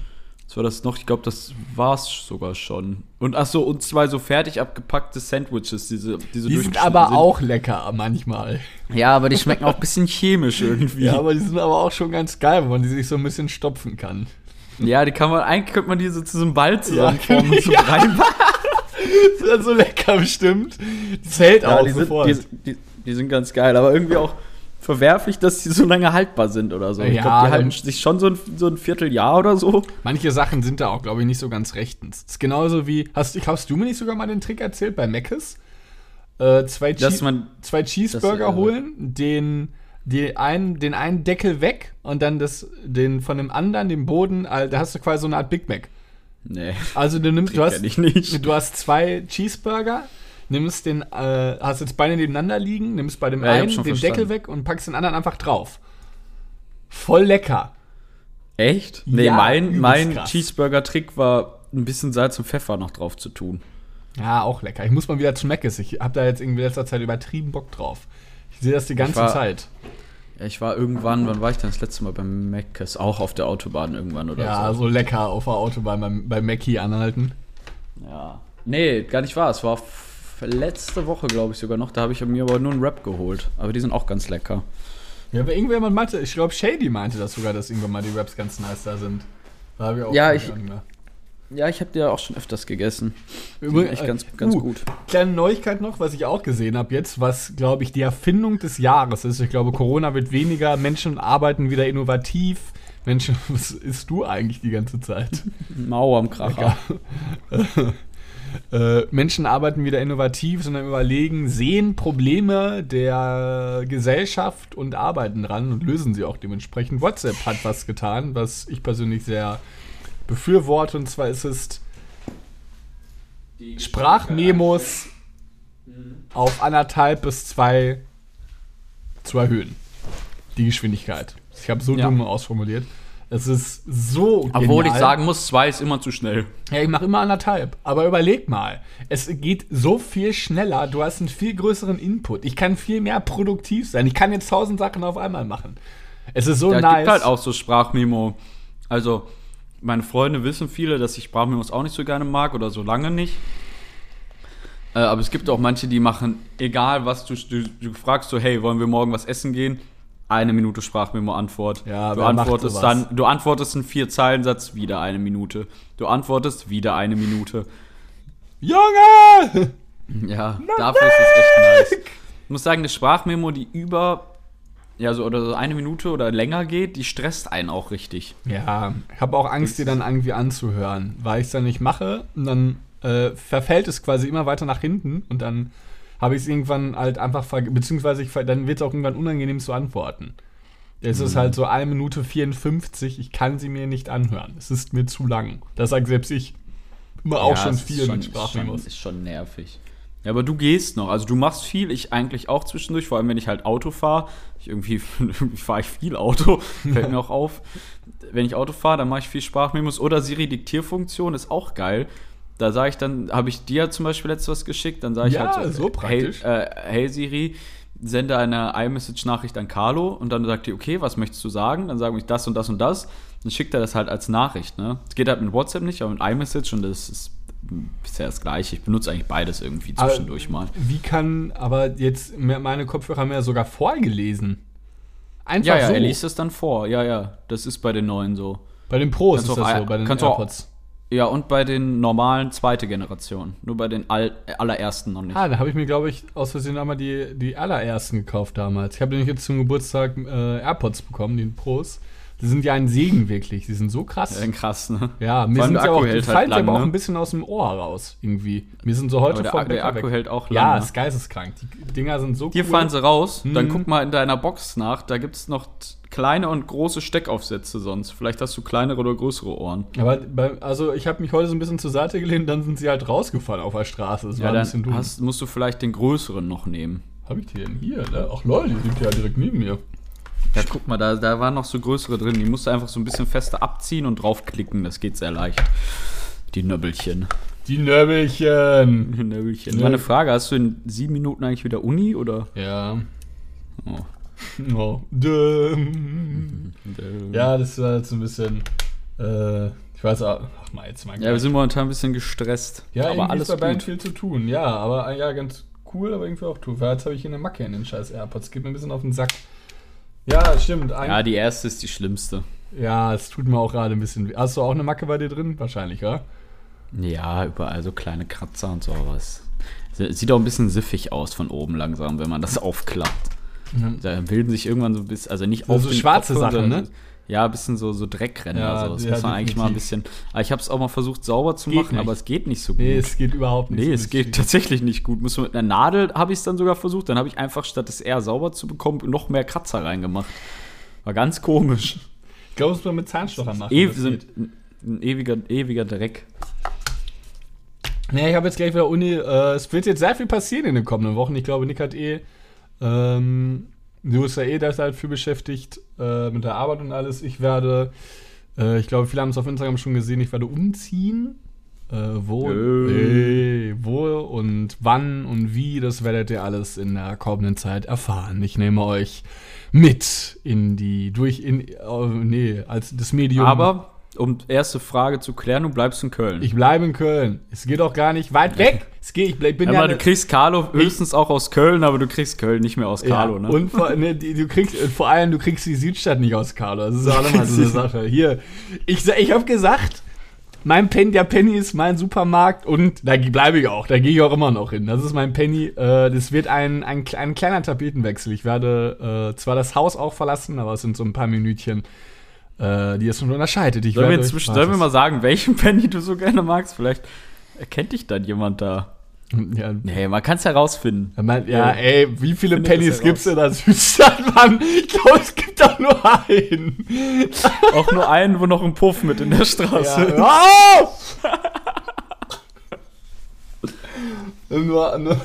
Was war das noch? Ich glaube, das war's sogar schon. Und und 2 so fertig abgepackte Sandwiches, diese Die sind aber sind. auch lecker manchmal. Ja, aber die schmecken auch ein bisschen chemisch irgendwie. Ja, aber die sind aber auch schon ganz geil, wenn man die sich so ein bisschen stopfen kann. Ja, eigentlich könnte man die so zu so einem Ball zusammenformen und so Ja. reinmachen. Das ist ja so lecker bestimmt. Das hält auch die sofort. die sind ganz geil, aber irgendwie auch verwerflich, dass die so lange haltbar sind oder so. Ich Ja, glaube, die halten dann- sich schon so ein Vierteljahr oder so. Manche Sachen sind da auch, glaube ich, nicht so ganz rechtens. Das ist genauso wie, hast du mir nicht sogar mal den Trick erzählt bei Mc's? Zwei Cheeseburger das, holen, den einen Deckel weg und dann den von dem anderen, den Boden, da hast du quasi so eine Art Big Mac. Nee. Also du kenn ich nicht. hast 2 Cheeseburger, hast jetzt beide nebeneinander liegen, nimmst bei dem Ja, ich hab einen schon den verstanden. Deckel weg und packst den anderen einfach drauf. Voll lecker. Echt? Nee, Ja, mein übelst krass. Cheeseburger-Trick war, ein bisschen Salz und Pfeffer noch drauf zu tun. Ja, auch lecker. Ich muss mal wieder zu Mc's. Ich habe da jetzt irgendwie in letzter Zeit übertrieben Bock drauf. Ich sehe das die ganze Zeit. Ja, ich war irgendwann, wann war ich denn das letzte Mal beim Mc's? Auch auf der Autobahn irgendwann oder Ja, so. so lecker auf der Autobahn bei Mackie anhalten. Ja. Nee, gar nicht wahr. Es war letzte Woche, glaube ich, sogar noch. Da habe ich mir aber nur einen Wrap geholt. Aber die sind auch ganz lecker. Ja, aber irgendjemand meinte, ich glaube Shady meinte das sogar, dass irgendwann mal die Raps ganz nice da sind. Da habe ich auch Ja, keine ich- Ahnung mehr. Ja, ich habe die ja auch schon öfters gegessen. Die sind Übrigens, echt ganz gut. Kleine Neuigkeit noch, was ich auch gesehen habe jetzt, was, glaube ich, die Erfindung des Jahres ist. Ich glaube, Corona wird weniger, Menschen arbeiten wieder innovativ. Menschen, was isst du eigentlich die ganze Zeit? Mauer am Kracher. Menschen arbeiten wieder innovativ, sondern überlegen, sehen Probleme der Gesellschaft und arbeiten dran und lösen sie auch dementsprechend. WhatsApp hat was getan, was ich persönlich sehr befürworte, und zwar ist es Sprachmemos auf 1,5 bis 2 zu erhöhen. Die Geschwindigkeit. Ich habe so Ja. dumm ausformuliert. Es ist so Obwohl genial. ich sagen muss, 2 ist immer zu schnell. Ja, ich mache immer 1,5. Aber überleg mal, es geht so viel schneller, du hast einen viel größeren Input. Ich kann viel mehr produktiv sein. Ich kann jetzt 1000 Sachen auf einmal machen. Es ist so Ja, es nice. gibt halt auch so Sprachmemo. Also, meine Freunde wissen viele, dass ich Sprachmemos auch nicht so gerne mag oder so lange nicht. Aber es gibt auch manche, die machen, egal was du fragst, so, hey, wollen wir morgen was essen gehen? 1 Minute Sprachmemo-Antwort. Ja, du wer macht antwortest sowas? du antwortest einen 4-Zeilen-Satz, wieder 1 Minute. Du antwortest, wieder 1 Minute. Junge! Ja, dafür ist es echt nice. Ich muss sagen, eine Sprachmemo, die oder so 1 Minute oder länger geht, die stresst einen auch richtig. Ja, ich habe auch Angst, die dann irgendwie anzuhören, weil ich es dann nicht mache und dann verfällt es quasi immer weiter nach hinten und dann habe ich es irgendwann halt einfach beziehungsweise dann wird es auch irgendwann unangenehm zu antworten. Es ist halt so 1 Minute 54, ich kann sie mir nicht anhören. Es ist mir zu lang. Das sagt selbst ich. Immer auch schon es ist viel mit Sprachmemos. Ist schon nervig. Ja, aber du gehst noch. Also du machst viel, ich eigentlich auch zwischendurch, vor allem wenn ich halt Auto fahre. Irgendwie fahre ich viel Auto, fällt mir auch auf. Wenn ich Auto fahre, dann mache ich viel Sprachmemos. Oder Siri-Diktierfunktion ist auch geil. Da sage ich dann, habe ich dir zum Beispiel letztes was geschickt, dann sage ich Ja, halt so praktisch. Hey Siri, sende eine iMessage-Nachricht an Carlo und dann sagt die, okay, was möchtest du sagen? Dann sage ich das und das und das. Dann schickt er das halt als Nachricht, ne? Es geht halt mit WhatsApp nicht, aber mit iMessage und das ist bisher das Gleiche. Ich benutze eigentlich beides irgendwie zwischendurch mal. Wie kann, aber jetzt, meine Kopfhörer haben ja sogar vorgelesen. Einfach Ja, so. er liest es dann vor. Ja, das ist bei den neuen so. Bei den Pros Kannst ist auch das ein- so, bei den kannst auch- AirPods. Ja, und bei den normalen 2. Generation. Nur bei den allerersten noch nicht. Ah, da habe ich mir, glaube ich, aus Versehen einmal die allerersten gekauft damals. Ich habe nämlich jetzt zum Geburtstag AirPods bekommen, die Pros. Die sind ja ein Segen wirklich. Die sind so krass. Krass, ne? Ja, mir Vor allem sind der sie Akku auch, hält die halt fallen lang, aber auch ne? ein bisschen aus dem Ohr raus, irgendwie. Mir sind so heute Aber vom der Bäcker Akku weg. hält auch Ja, lange. ist geisteskrank. Die Dinger sind so Hier cool. fallen sie raus, dann Mhm. guck mal in deiner Box nach. Da gibt es noch kleine und große Steckaufsätze sonst. Vielleicht hast du kleinere oder größere Ohren. Aber also ich habe mich heute so ein bisschen zur Seite gelehnt, dann sind sie halt rausgefallen auf der Straße. Das war ein bisschen dumm. musst du vielleicht den größeren noch nehmen. Hab ich die denn hier? Ne? Ach lol, die liegt ja direkt neben mir. Ja, guck mal, da waren noch so größere drin. Die musst du einfach so ein bisschen fester abziehen und draufklicken. Das geht sehr leicht. Die Nöbbelchen. Die Nöbbelchen. Die Nöbbelchen. Ja. Meine Frage, hast du in 7 Minuten eigentlich wieder Uni oder? Ja. Oh. Oh. Ja, das war jetzt ein bisschen Ich weiß auch, ach mal, jetzt mal. Ja, wir sind momentan ein bisschen gestresst. Ja, aber alles ist bei beiden gut. viel zu tun. Ja, aber ja, ganz cool, aber irgendwie auch doof. Jetzt habe ich hier eine Macke in den scheiß AirPods. Geht mir ein bisschen auf den Sack. Ja, stimmt. Ja, die erste ist die schlimmste. Ja, es tut mir auch gerade ein bisschen weh. Hast du auch eine Macke bei dir drin? Wahrscheinlich, ja? Ja, überall so kleine Kratzer und sowas. Sieht auch ein bisschen siffig aus von oben langsam, wenn man das aufklappt. Mhm. Da bilden sich irgendwann so ein bisschen, also nicht So auf den schwarze Kopf, Sachen, sondern- ne? Ja, ein bisschen so Dreckränder. Ja, So. Das ja, muss man eigentlich mal ein definitiv. bisschen. Aber ich habe es auch mal versucht sauber zu Geht machen, nicht. aber es geht nicht so gut. Nee, es geht überhaupt nicht. Nee, so es geht richtig. tatsächlich nicht gut. Muss man mit einer Nadel habe ich es dann sogar versucht. Dann habe ich einfach, statt es eher sauber zu bekommen, noch mehr Kratzer reingemacht. War ganz komisch. Ich glaube, das muss man mit Zahnstochern machen. das geht. Ein ewiger Dreck. Nee, ich habe jetzt gleich wieder Uni. Es wird jetzt sehr viel passieren in den kommenden Wochen. Ich glaube, Nick hat du bist ja da ist halt viel beschäftigt mit der Arbeit und alles. Ich glaube, viele haben es auf Instagram schon gesehen, ich werde umziehen. Wo und wann und wie, das werdet ihr alles in der kommenden Zeit erfahren. Ich nehme euch mit als das Medium. Aber, um erste Frage zu klären, du bleibst in Köln. Ich bleibe in Köln. Es geht auch gar nicht weit weg. Ich bin Aber du kriegst Carlo höchstens auch aus Köln, aber du kriegst Köln nicht mehr aus Carlo, ja, ne? Und vor allem, du kriegst die Südstadt nicht aus Carlo. Das ist auch nochmal so eine Sache. Hier, ich habe gesagt, der Penny ist mein Supermarkt und da bleibe ich auch. Da gehe ich auch immer noch hin. Das ist mein Penny. Das wird ein kleiner Tapetenwechsel. Ich werde zwar das Haus auch verlassen, aber es sind so ein paar Minütchen, die es schon unterscheidet. Sollen wir mal sagen, welchen Penny du so gerne magst? Vielleicht erkennt dich dann jemand da. Ja, Nee, man kann es herausfinden. Wie viele Findet Pennies das gibt es in der Südstadt, Mann? Ich glaube, es gibt doch nur einen. Auch nur einen, wo noch ein Puff mit in der Straße ist. Ja. nur,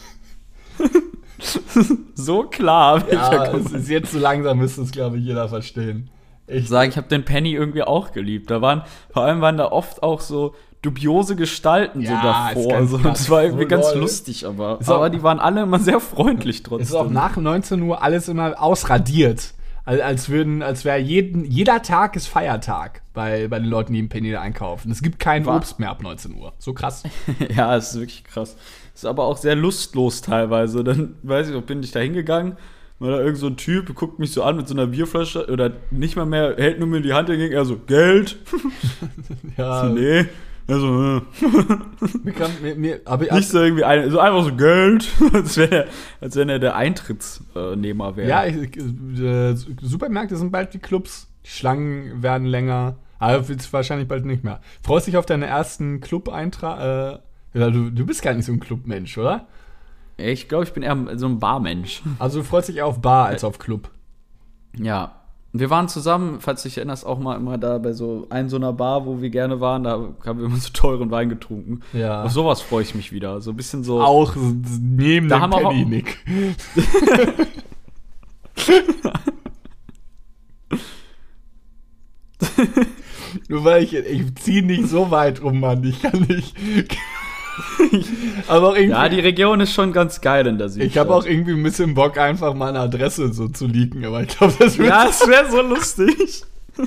So klar. ja, es ist jetzt so langsam, müsste es, glaube ich, jeder verstehen. Ich sage, ich habe den Penny irgendwie auch geliebt. Vor allem waren da oft auch so dubiose Gestalten so Ja, ist davor. ganz Also, krass. das war irgendwie So ganz doll. lustig, aber auch- die waren alle immer sehr freundlich trotzdem. Es ist auch nach 19 Uhr alles immer ausradiert. Als wäre jeder Tag ist Feiertag bei den Leuten, die im Penny da einkaufen. Es gibt kein War- Obst mehr ab 19 Uhr. So krass. Ja, es ist wirklich krass. Es ist aber auch sehr lustlos teilweise. Dann, weiß ich noch, bin ich da hingegangen, war da irgend so ein Typ, guckt mich so an mit so einer Bierflasche oder nicht mal mehr, hält nur mir die Hand entgegen, er so, Geld? Ja, Nee. Also, nicht so irgendwie, so einfach so Geld, als wenn er der Eintrittsnehmer wäre. Ja, Supermärkte sind bald wie Clubs. Die Schlangen werden länger. Aber jetzt wahrscheinlich bald nicht mehr. Freust dich auf deinen ersten Club-Eintrag? Du bist gar nicht so ein Clubmensch, oder? Ich glaube, ich bin eher so ein Barmensch. Also du freust dich eher auf Bar als auf Club. Ja. Wir waren zusammen, falls du dich erinnerst, auch mal immer da bei so einer Bar, wo wir gerne waren. Da haben wir immer so teuren Wein getrunken. Ja. Auf sowas freue ich mich wieder. So ein bisschen so. Auch neben Da dem haben wir auch- Penny, Nick. Nur weil ich ziehe nicht so weit rum, Mann. Ich kann nicht. Aber auch irgendwie. Ja, die Region ist schon ganz geil in der Südstadt. Ich habe auch irgendwie ein bisschen Bock, einfach meine Adresse so zu leaken, aber ich glaube, das wird. Ja, es wäre so lustig.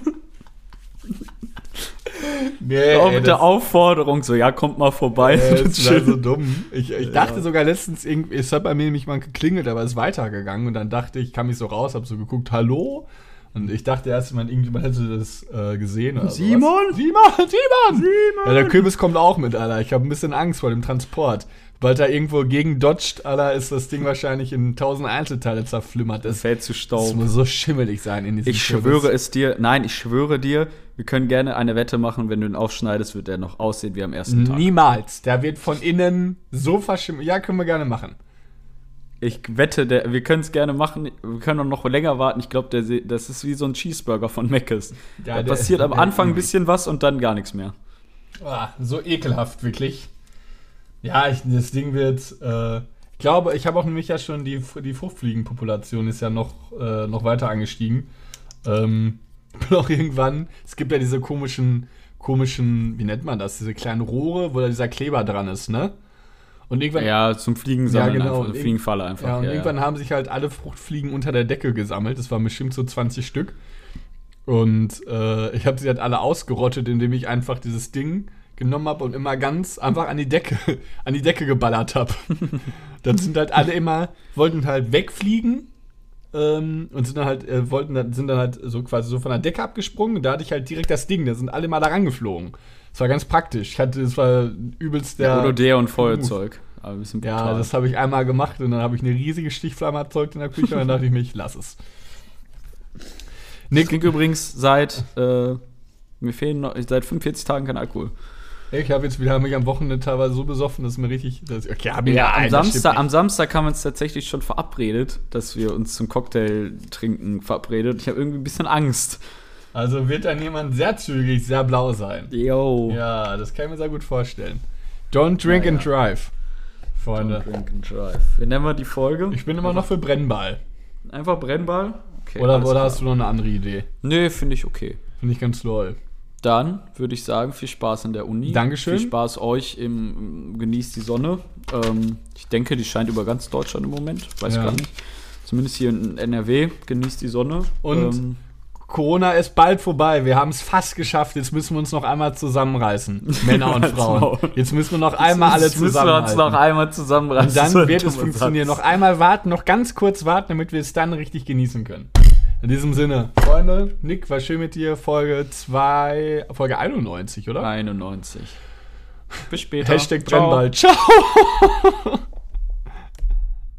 Nee, Auch ey, mit der Aufforderung, so, ja, kommt mal vorbei. das wäre so dumm. Ich dachte sogar letztens, es hat bei mir nämlich mal geklingelt, aber es ist weitergegangen und dann dachte ich, kam ich so raus, habe so geguckt, hallo? Und ich dachte erst, irgendjemand hätte das gesehen. Oder Simon? Simon! Ja, der Kürbis kommt auch mit, Alter. Ich habe ein bisschen Angst vor dem Transport. Sobald er irgendwo gegen dodgt, Alter, ist das Ding wahrscheinlich in 1000 Einzelteile zerflimmert. Das fällt zu Das Staub. muss so schimmelig sein in diesem Ich Kürbis. schwöre es dir, nein, ich schwöre dir, wir können gerne eine Wette machen, wenn du ihn aufschneidest, wird er noch aussehen wie am ersten Tag. Niemals. Der wird von innen so verschimmelt. Ja, können wir gerne machen. Ich wette, wir können es gerne machen, wir können auch noch länger warten. Ich glaube, das ist wie so ein Cheeseburger von Mc's. Ja, Da der- passiert am Anfang ein bisschen was und dann gar nichts mehr. So ekelhaft, wirklich. Ja, das Ding wird. Ich glaube, ich habe auch nämlich ja schon die Fruchtfliegenpopulation ist ja noch weiter angestiegen. Bin auch irgendwann. Es gibt ja diese komischen, wie nennt man das? Diese kleinen Rohre, wo da dieser Kleber dran ist, ne? Und irgendwann. Ja, zum Fliegen sammeln, Ja, genau. einfach, Fliegenfalle einfach. Ja, und irgendwann haben sich halt alle Fruchtfliegen unter der Decke gesammelt. Das waren bestimmt so 20 Stück. Und ich habe sie halt alle ausgerottet, indem ich einfach dieses Ding genommen habe und immer ganz einfach an die Decke geballert habe. Dann sind halt alle wollten halt wegfliegen und sind dann halt so quasi so von der Decke abgesprungen. Und da hatte ich halt direkt das Ding, da sind alle mal da rangeflogen. Das war ganz praktisch. Das war übelst der... Oder und Feuerzeug. Aber ein bisschen ja, brutal. das habe ich einmal gemacht und dann habe ich eine riesige Stichflamme erzeugt in der Küche und dann dachte ich mir, ich lass es. Ich trinke übrigens seit 45 Tagen kein Alkohol. Ich habe mich am Wochenende teilweise so besoffen, dass mir richtig... Am Samstag haben wir uns tatsächlich schon verabredet, dass wir uns zum Cocktail trinken verabredet. Ich habe irgendwie ein bisschen Angst. Also wird dann jemand sehr zügig, sehr blau sein. Yo. Ja, das kann ich mir sehr gut vorstellen. Don't drink and drive, Freunde. Don't drink and drive. Wie nennen wir die Folge? Ich bin immer noch für Brennball. Einfach Brennball? Okay, oder hast du noch eine andere Idee? Nee, finde ich okay. Finde ich ganz toll. Dann würde ich sagen, viel Spaß in der Uni. Dankeschön. Viel Spaß euch genießt die Sonne. Ich denke, die scheint über ganz Deutschland im Moment. Weiß gar nicht. Zumindest hier in NRW. Genießt die Sonne. Und Corona ist bald vorbei. Wir haben es fast geschafft. Jetzt müssen wir uns noch einmal zusammenreißen. Männer und Frauen. Jetzt müssen wir noch einmal alle zusammenreißen. Und dann wird es funktionieren. Noch einmal warten, noch ganz kurz warten, damit wir es dann richtig genießen können. In diesem Sinne, Freunde, Nick, war schön mit dir. Folge 91, oder? 91. Bis später. #Brennball. Ciao.